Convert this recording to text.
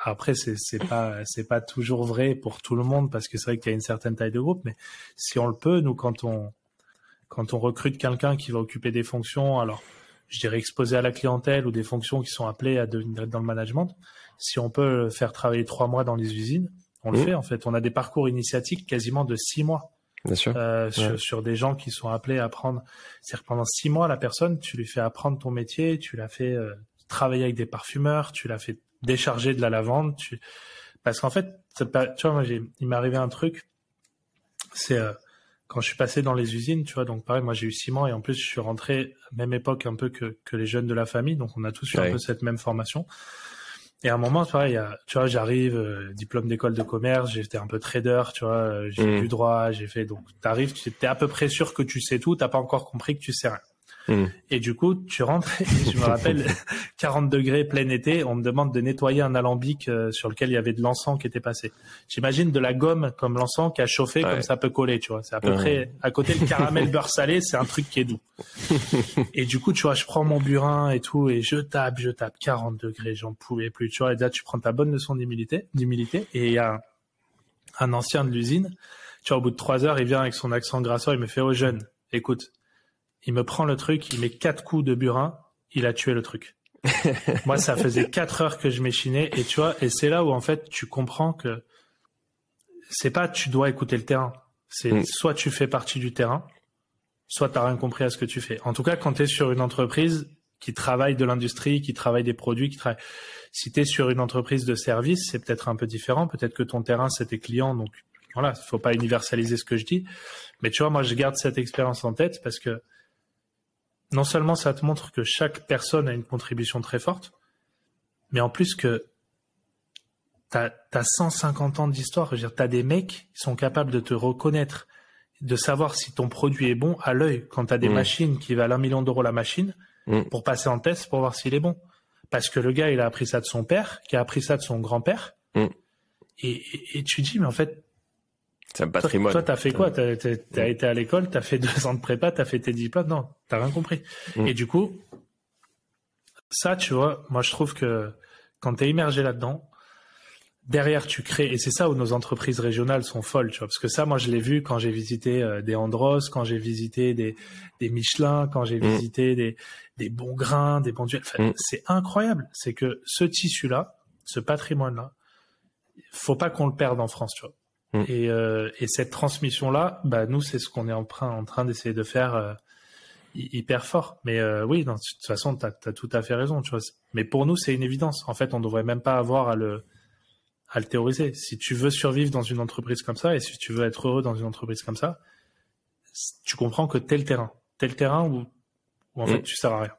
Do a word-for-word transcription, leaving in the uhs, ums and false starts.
après, c'est, c'est pas, c'est pas toujours vrai pour tout le monde parce que c'est vrai qu'il y a une certaine taille de groupe, mais si on le peut, nous, quand on, quand on recrute quelqu'un qui va occuper des fonctions, alors, je dirais exposé à la clientèle ou des fonctions qui sont appelées à devenir dans le management, si on peut faire travailler trois mois dans les usines, on le mmh. fait, en fait. On a des parcours initiatiques quasiment de six mois. Bien sûr. Euh, ouais. sur, sur des gens qui sont appelés à apprendre. C'est-à-dire que pendant six mois, la personne, tu lui fais apprendre ton métier, tu l'as fait euh, travailler avec des parfumeurs, tu l'as fait décharger de la lavande. Tu... Parce qu'en fait, c'est pas, tu vois, moi, j'ai, il m'est arrivé un truc. C'est euh, quand je suis passé dans les usines, tu vois. Donc pareil, moi j'ai eu six mois et en plus je suis rentré à la même époque un peu que que les jeunes de la famille. Donc on a tous eu ouais. un peu cette même formation. Et à un moment, tu vois, il y a, tu vois, j'arrive, euh, diplôme d'école de commerce, j'étais un peu trader, tu vois, euh, j'ai mmh. du droit, j'ai fait, donc t'arrives, tu es à peu près sûr que tu sais tout, t'as pas encore compris que tu sais rien. Mmh. Et du coup, tu rentres, et je me rappelle, quarante degrés, plein été, on me demande de nettoyer un alambic euh, sur lequel il y avait de l'encens qui était passé. J'imagine de la gomme comme l'encens qui a chauffé, ouais. comme ça peut coller, tu vois. C'est à peu ouais. près, à côté le caramel beurre salé, c'est un truc qui est doux. Et du coup, tu vois, je prends mon burin et tout, et je tape, je tape, quarante degrés, j'en pouvais plus, tu vois. Et là, tu prends ta bonne leçon d'humilité, d'humilité, et il y a un, un ancien de l'usine, tu vois, au bout de trois heures, il vient avec son accent grasseur, il me fait, oh jeune, écoute, il me prend le truc, il met quatre coups de burin, il a tué le truc. Moi, ça faisait quatre heures que je m'échinais, et tu vois, et c'est là où en fait tu comprends que c'est pas tu dois écouter le terrain, c'est mmh. soit tu fais partie du terrain, soit t'as rien compris à ce que tu fais. En tout cas, quand t'es sur une entreprise qui travaille de l'industrie, qui travaille des produits, qui travaille. Si t'es sur une entreprise de service, c'est peut-être un peu différent. Peut-être que ton terrain c'est tes clients, donc voilà, faut pas universaliser ce que je dis. Mais tu vois, moi je garde cette expérience en tête parce que non seulement ça te montre que chaque personne a une contribution très forte, mais en plus que t'as, t'as cent cinquante ans d'histoire. Je veux dire, t'as des mecs qui sont capables de te reconnaître, de savoir si ton produit est bon à l'œil quand t'as des mmh. machines qui valent un million d'euros la machine mmh. pour passer en test pour voir s'il est bon. Parce que le gars, il a appris ça de son père, qui a appris ça de son grand-père. Mmh. Et, et, et tu dis, mais en fait, c'est un patrimoine. Toi, toi, t'as fait quoi? T'as, t'as, t'as mmh. été à l'école, t'as fait deux ans de prépa, t'as fait tes diplômes. Non, t'as rien compris. Mmh. Et du coup, ça, tu vois, moi, je trouve que quand t'es immergé là-dedans, derrière, tu crées, et c'est ça où nos entreprises régionales sont folles, tu vois, parce que ça, moi, je l'ai vu quand j'ai visité euh, des Andros, quand j'ai visité des, des Michelin, quand j'ai mmh. visité des, des bons grains, des bons duels. Enfin, mmh. c'est incroyable. C'est que ce tissu-là, ce patrimoine-là, faut pas qu'on le perde en France, tu vois. Mmh. Et, euh, et cette transmission-là, bah, nous, c'est ce qu'on est en train, en train d'essayer de faire euh, hyper fort. Mais euh, oui, non, de toute façon, t'as, t'as tout à fait raison, tu vois. Mais pour nous, c'est une évidence. En fait, on devrait même pas avoir à le, à le théoriser. Si tu veux survivre dans une entreprise comme ça, et si tu veux être heureux dans une entreprise comme ça, tu comprends que tel terrain, tel terrain où, où en mmh. fait, tu sers à rien.